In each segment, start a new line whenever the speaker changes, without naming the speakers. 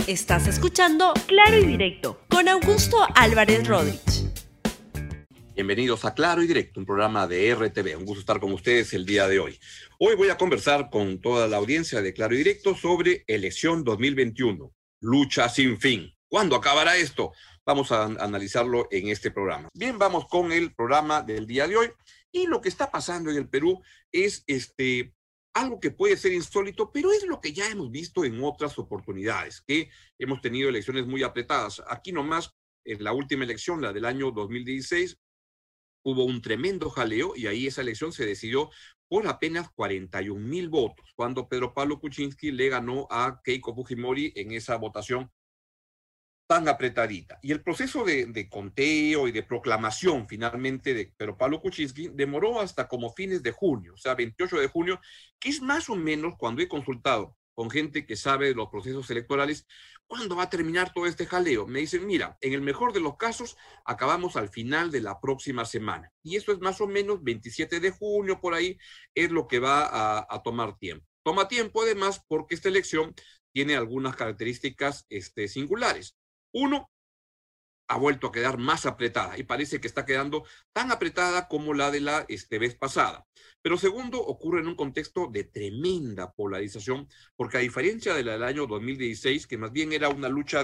Estás escuchando Claro y Directo con Augusto Álvarez Rodríguez.
Bienvenidos a Claro y Directo, un programa de RTV. Un gusto estar con ustedes el día de hoy. Hoy voy a conversar con toda la audiencia de Claro y Directo sobre elección 2021, lucha sin fin. ¿Cuándo acabará esto? Vamos a analizarlo en este programa. Bien, vamos con el programa del día de hoy. Y lo que está pasando en el Perú es algo que puede ser insólito, pero es lo que ya hemos visto en otras oportunidades, que hemos tenido elecciones muy apretadas. Aquí nomás, en la última elección, la del año 2016, hubo un tremendo jaleo y ahí esa elección se decidió por apenas 41,000 votos, cuando Pedro Pablo Kuczynski le ganó a Keiko Fujimori en esa votación tan apretadita. Y el proceso de conteo y de proclamación finalmente de Pedro Pablo Kuczynski demoró hasta como fines de junio, o sea, 28 de junio, que es más o menos cuando he consultado con gente que sabe de los procesos electorales, ¿cuándo va a terminar todo este jaleo? Me dicen, mira, en el mejor de los casos, acabamos al final de la próxima semana. Y eso es más o menos 27 de junio, por ahí, es lo que va a tomar tiempo. Toma tiempo, además, porque esta elección tiene algunas características singulares. Uno, ha vuelto a quedar más apretada y parece que está quedando tan apretada como la de la vez pasada. Pero segundo, ocurre en un contexto de tremenda polarización, porque a diferencia de la del año 2016, que más bien era una lucha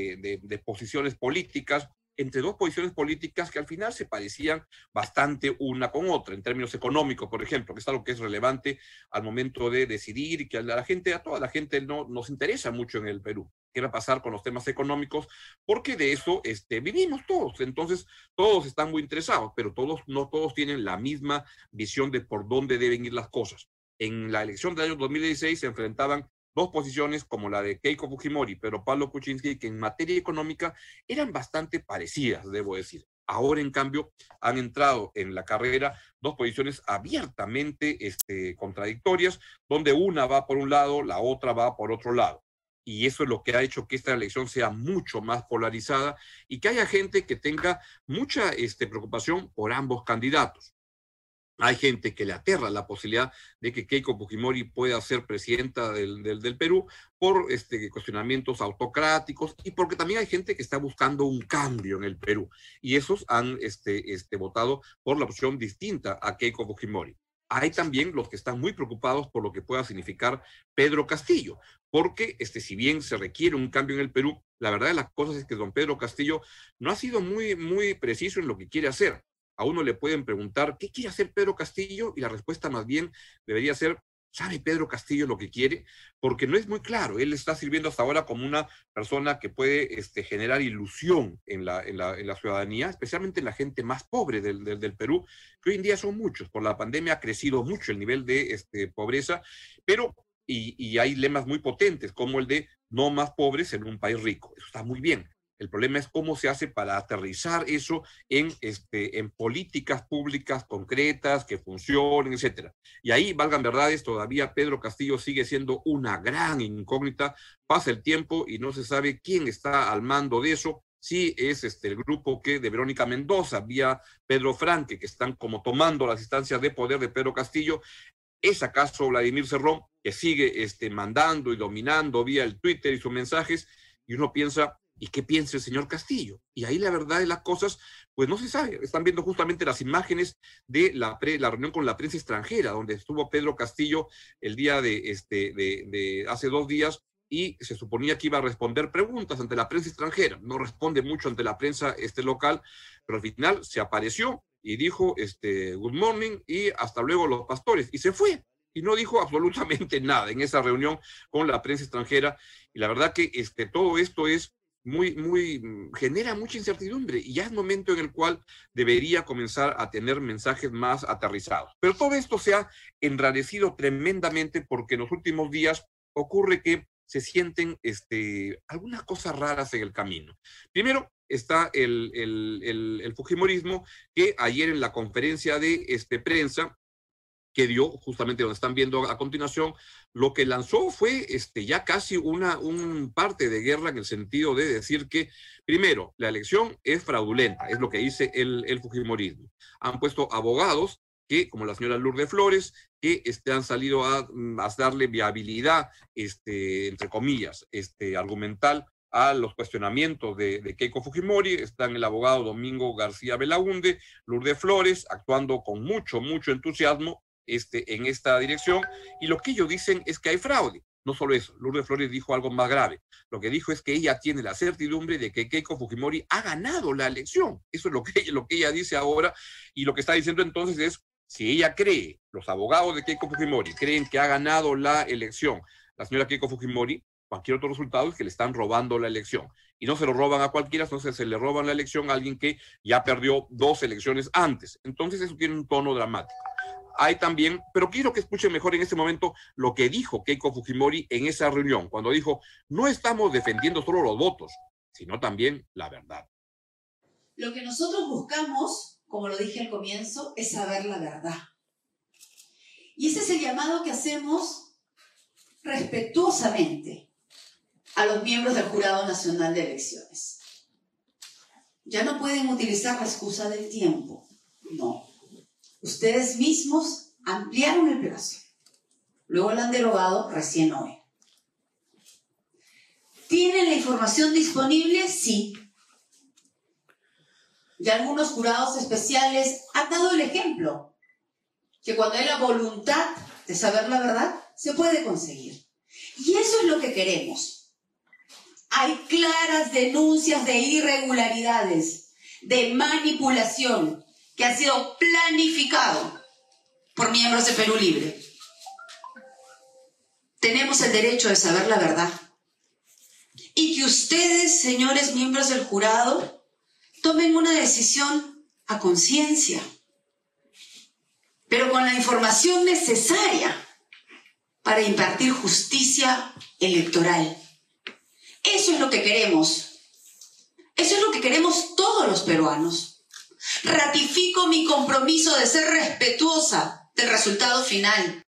de posiciones políticas, entre dos posiciones políticas que al final se parecían bastante una con otra, en términos económicos, por ejemplo, que es algo que es relevante al momento de decidir y que a toda la gente no nos interesa mucho en el Perú. ¿Qué va a pasar con los temas económicos? Porque de eso vivimos todos. Entonces, todos están muy interesados, pero no todos tienen la misma visión de por dónde deben ir las cosas. En la elección del año 2016 se enfrentaban dos posiciones como la de Keiko Fujimori, pero Pablo Kuczynski, que en materia económica eran bastante parecidas, debo decir. Ahora, en cambio, han entrado en la carrera dos posiciones abiertamente contradictorias, donde una va por un lado, la otra va por otro lado. Y eso es lo que ha hecho que esta elección sea mucho más polarizada y que haya gente que tenga mucha preocupación por ambos candidatos. Hay gente que le aterra la posibilidad de que Keiko Fujimori pueda ser presidenta del Perú por cuestionamientos autocráticos y porque también hay gente que está buscando un cambio en el Perú. Y esos han votado por la opción distinta a Keiko Fujimori. Hay también los que están muy preocupados por lo que pueda significar Pedro Castillo, porque si bien se requiere un cambio en el Perú, la verdad de las cosas es que don Pedro Castillo no ha sido muy, muy preciso en lo que quiere hacer. A uno le pueden preguntar, ¿qué quiere hacer Pedro Castillo? Y la respuesta más bien debería ser, ¿sabe Pedro Castillo lo que quiere? Porque no es muy claro. Él está sirviendo hasta ahora como una persona que puede generar ilusión en la ciudadanía, especialmente en la gente más pobre del Perú, que hoy en día son muchos. Por la pandemia ha crecido mucho el nivel de pobreza, pero y hay lemas muy potentes, como el de no más pobres en un país rico. Eso está muy bien. El problema es cómo se hace para aterrizar eso en políticas públicas concretas que funcionen, etcétera. Y ahí, valgan verdades, todavía Pedro Castillo sigue siendo una gran incógnita. Pasa el tiempo y no se sabe quién está al mando de eso. Sí es el grupo de Verónica Mendoza, vía Pedro Franque, que están como tomando las instancias de poder de Pedro Castillo. ¿Es acaso Vladimir Cerrón, que sigue mandando y dominando vía el Twitter y sus mensajes? Y uno piensa, ¿y qué piensa el señor Castillo? Y ahí la verdad de las cosas, pues no se sabe. Están viendo justamente las imágenes de la reunión con la prensa extranjera, donde estuvo Pedro Castillo el día de hace 2 días, y se suponía que iba a responder preguntas ante la prensa extranjera. No responde mucho ante la prensa local, pero al final se apareció y dijo good morning y hasta luego los pastores, y se fue. Y no dijo absolutamente nada en esa reunión con la prensa extranjera. Y la verdad que todo esto es genera mucha incertidumbre y ya es momento en el cual debería comenzar a tener mensajes más aterrizados. Pero todo esto se ha enrarecido tremendamente porque en los últimos días ocurre que se sienten algunas cosas raras en el camino. Primero está el Fujimorismo, que ayer en la conferencia de prensa que dio, justamente donde están viendo a continuación, lo que lanzó fue ya casi un parte de guerra en el sentido de decir que, primero, la elección es fraudulenta, es lo que dice el Fujimorismo. Han puesto abogados que, como la señora Lourdes Flores, que han salido a darle viabilidad, entre comillas, argumental a los cuestionamientos de Keiko Fujimori. Están el abogado Domingo García Belaúnde, Lourdes Flores, actuando con mucho entusiasmo en esta dirección, y lo que ellos dicen es que hay fraude. No solo eso, Lourdes Flores dijo algo más grave. Lo que dijo es que ella tiene la certidumbre de que Keiko Fujimori ha ganado la elección. Eso es lo que ella dice ahora, y lo que está diciendo entonces es, si ella cree, los abogados de Keiko Fujimori creen que ha ganado la elección la señora Keiko Fujimori, cualquier otro resultado es que le están robando la elección. Y no se lo roban a cualquiera, entonces se le roban la elección a alguien que ya perdió 2 elecciones antes. Entonces eso tiene un tono dramático. Hay también, pero quiero que escuchen mejor en este momento lo que dijo Keiko Fujimori en esa reunión, cuando dijo, no estamos defendiendo solo los votos, sino también la verdad.
Lo que nosotros buscamos, como lo dije al comienzo, es saber la verdad. Y ese es el llamado que hacemos respetuosamente a los miembros del Jurado Nacional de Elecciones. Ya no pueden utilizar la excusa del tiempo, no. Ustedes mismos ampliaron el plazo. Luego lo han derogado recién hoy. ¿Tienen la información disponible? Sí. Ya algunos jurados especiales han dado el ejemplo, que cuando hay la voluntad de saber la verdad, se puede conseguir. Y eso es lo que queremos. Hay claras denuncias de irregularidades, de manipulación, que ha sido planificado por miembros de Perú Libre. Tenemos el derecho de saber la verdad. Y que ustedes, señores miembros del jurado, tomen una decisión a conciencia, pero con la información necesaria para impartir justicia electoral. Eso es lo que queremos. Eso es lo que queremos todos los peruanos. Ratifico mi compromiso de ser respetuosa del resultado final.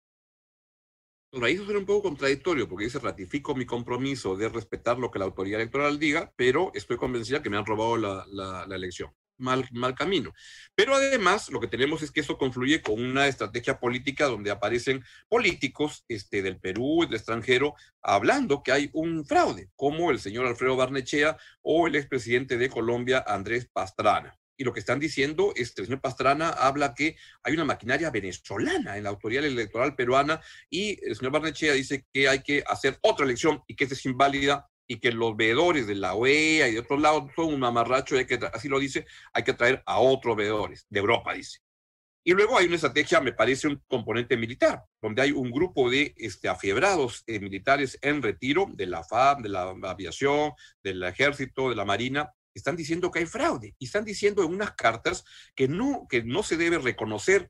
Bueno, ahí eso suena un poco contradictorio, porque dice, ratifico mi compromiso de respetar lo que la autoridad electoral diga, pero estoy convencida que me han robado la elección. Mal camino. Pero además, lo que tenemos es que eso confluye con una estrategia política donde aparecen políticos del Perú y del extranjero hablando que hay un fraude, como el señor Alfredo Barnechea o el expresidente de Colombia, Andrés Pastrana. Y lo que están diciendo es que el señor Pastrana habla que hay una maquinaria venezolana en la autoridad electoral peruana, y el señor Barnechea dice que hay que hacer otra elección y que esta es inválida, y que los veedores de la OEA y de otros lados son un mamarracho, así lo dice, hay que traer a otros veedores, de Europa, dice. Y luego hay una estrategia, me parece, un componente militar, donde hay un grupo de afiebrados militares en retiro, de la FAB, de la aviación, del ejército, de la marina, que están diciendo que hay fraude, y están diciendo en unas cartas que no se debe reconocer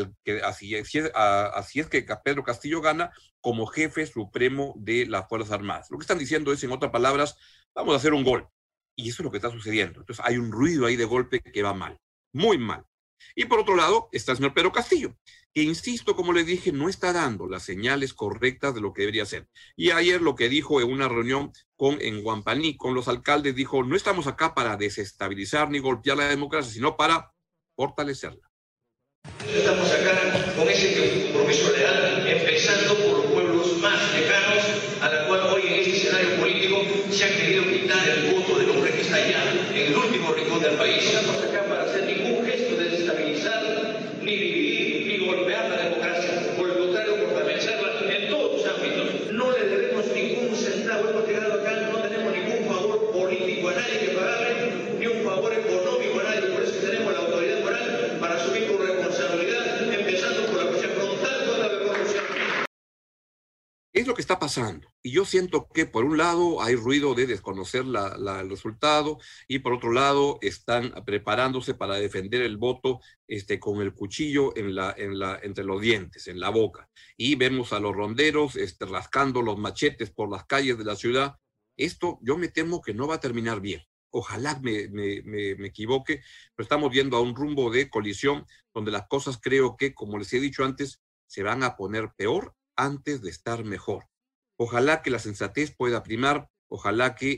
así es que Pedro Castillo gana como jefe supremo de las Fuerzas Armadas. Lo que están diciendo es, en otras palabras, vamos a hacer un golpe. Y eso es lo que está sucediendo. Entonces hay un ruido ahí de golpe que va mal, muy mal. Y por otro lado está el señor Pedro Castillo, que, insisto, como les dije, no está dando las señales correctas de lo que debería ser. Y ayer lo que dijo en una reunión en Huampaní con los alcaldes, dijo, no estamos acá para desestabilizar ni golpear la democracia, sino para fortalecerla.
Estamos acá con ese compromiso leal, empezando por los pueblos más lejanos, a la cual hoy en este escenario político se ha querido quitar el voto del hombre que está allá, en el último rincón del país. No estamos acá para hacer ningún gesto de desestabilizar, ni dividir, ni golpear la democracia, por el contrario, fortalecerla en todos los ámbitos. No le debemos ningún centavo, hemos llegado acá, no tenemos ningún favor político a nadie que pagarle, ni un favor económico a nadie, por eso tenemos la autoridad moral para asumir con responsabilidad, empezando por la cuestión frontal contra la corrupción.
Es lo que está pasando. Y yo siento que por un lado hay ruido de desconocer el resultado, y por otro lado están preparándose para defender el voto con el cuchillo entre los dientes, en la boca. Y vemos a los ronderos rascando los machetes por las calles de la ciudad. Esto yo me temo que no va a terminar bien. Ojalá me equivoque, pero estamos viendo a un rumbo de colisión donde las cosas, creo que, como les he dicho antes, se van a poner peor antes de estar mejor. Ojalá que la sensatez pueda primar, Ojalá que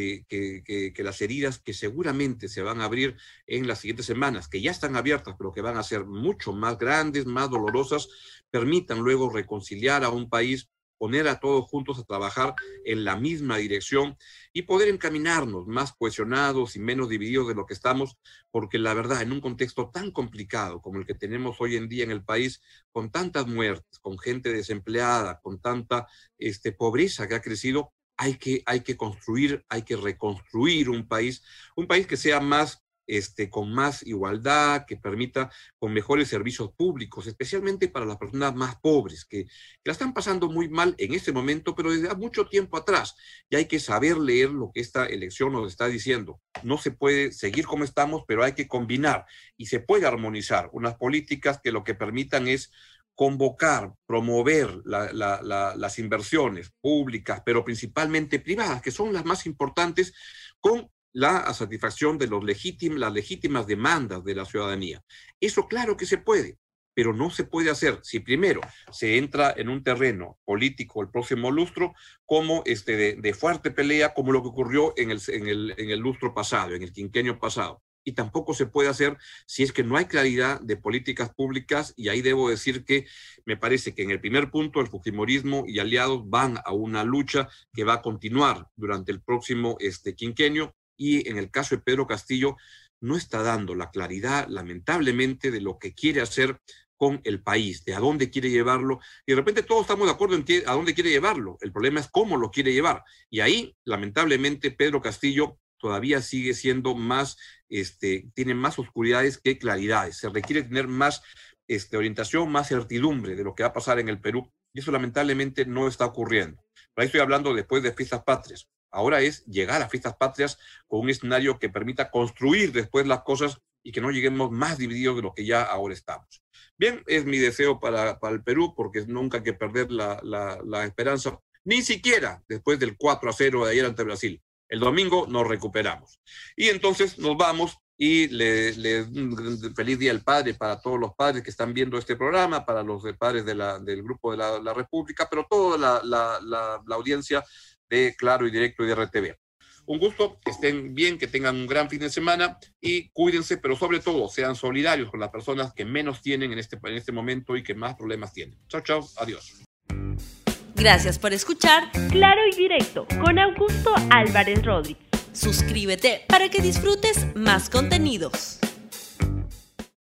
las heridas que seguramente se van a abrir en las siguientes semanas, que ya están abiertas, pero que van a ser mucho más grandes, más dolorosas, permitan luego reconciliar a un país, poner a todos juntos a trabajar en la misma dirección y poder encaminarnos más cohesionados y menos divididos de lo que estamos, porque la verdad, en un contexto tan complicado como el que tenemos hoy en día en el país, con tantas muertes, con gente desempleada, con tanta pobreza que ha crecido, hay que construir, hay que reconstruir un país que sea más, con más igualdad, que permita con mejores servicios públicos, especialmente para las personas más pobres, que la están pasando muy mal en este momento, pero desde mucho tiempo atrás. Y hay que saber leer lo que esta elección nos está diciendo. No se puede seguir como estamos, pero hay que combinar y se puede armonizar unas políticas que lo que permitan es convocar, promover las inversiones públicas, pero principalmente privadas, que son las más importantes, con la satisfacción de las legítimas demandas de la ciudadanía. Eso claro que se puede, pero no se puede hacer si primero se entra en un terreno político el próximo lustro como de fuerte pelea, como lo que ocurrió en el lustro pasado, en el quinquenio pasado. Y tampoco se puede hacer si es que no hay claridad de políticas públicas, y ahí debo decir que me parece que en el primer punto el fujimorismo y aliados van a una lucha que va a continuar durante el próximo quinquenio, y en el caso de Pedro Castillo no está dando la claridad, lamentablemente, de lo que quiere hacer con el país, de a dónde quiere llevarlo, y de repente todos estamos de acuerdo en a dónde quiere llevarlo, el problema es cómo lo quiere llevar, y ahí, lamentablemente, Pedro Castillo todavía sigue siendo más, tiene más oscuridades que claridades. Se requiere tener más orientación, más certidumbre de lo que va a pasar en el Perú, y eso lamentablemente no está ocurriendo. Pero ahí estoy hablando después de Fiestas Patrias. Ahora es llegar a Fiestas Patrias con un escenario que permita construir después las cosas y que no lleguemos más divididos de lo que ya ahora estamos. Bien, es mi deseo para el Perú, porque nunca hay que perder la esperanza, ni siquiera después del 4-0 de ayer ante Brasil. El domingo nos recuperamos. Y entonces nos vamos y feliz Día del Padre para todos los padres que están viendo este programa, para los padres del Grupo de la República, pero toda la audiencia de Claro y Directo y de RTV. Un gusto, que estén bien, que tengan un gran fin de semana y cuídense, pero sobre todo sean solidarios con las personas que menos tienen en este momento y que más problemas tienen. Chao, chao, adiós.
Gracias por escuchar Claro y Directo con Augusto Álvarez Rodríguez. Suscríbete para que disfrutes más contenidos.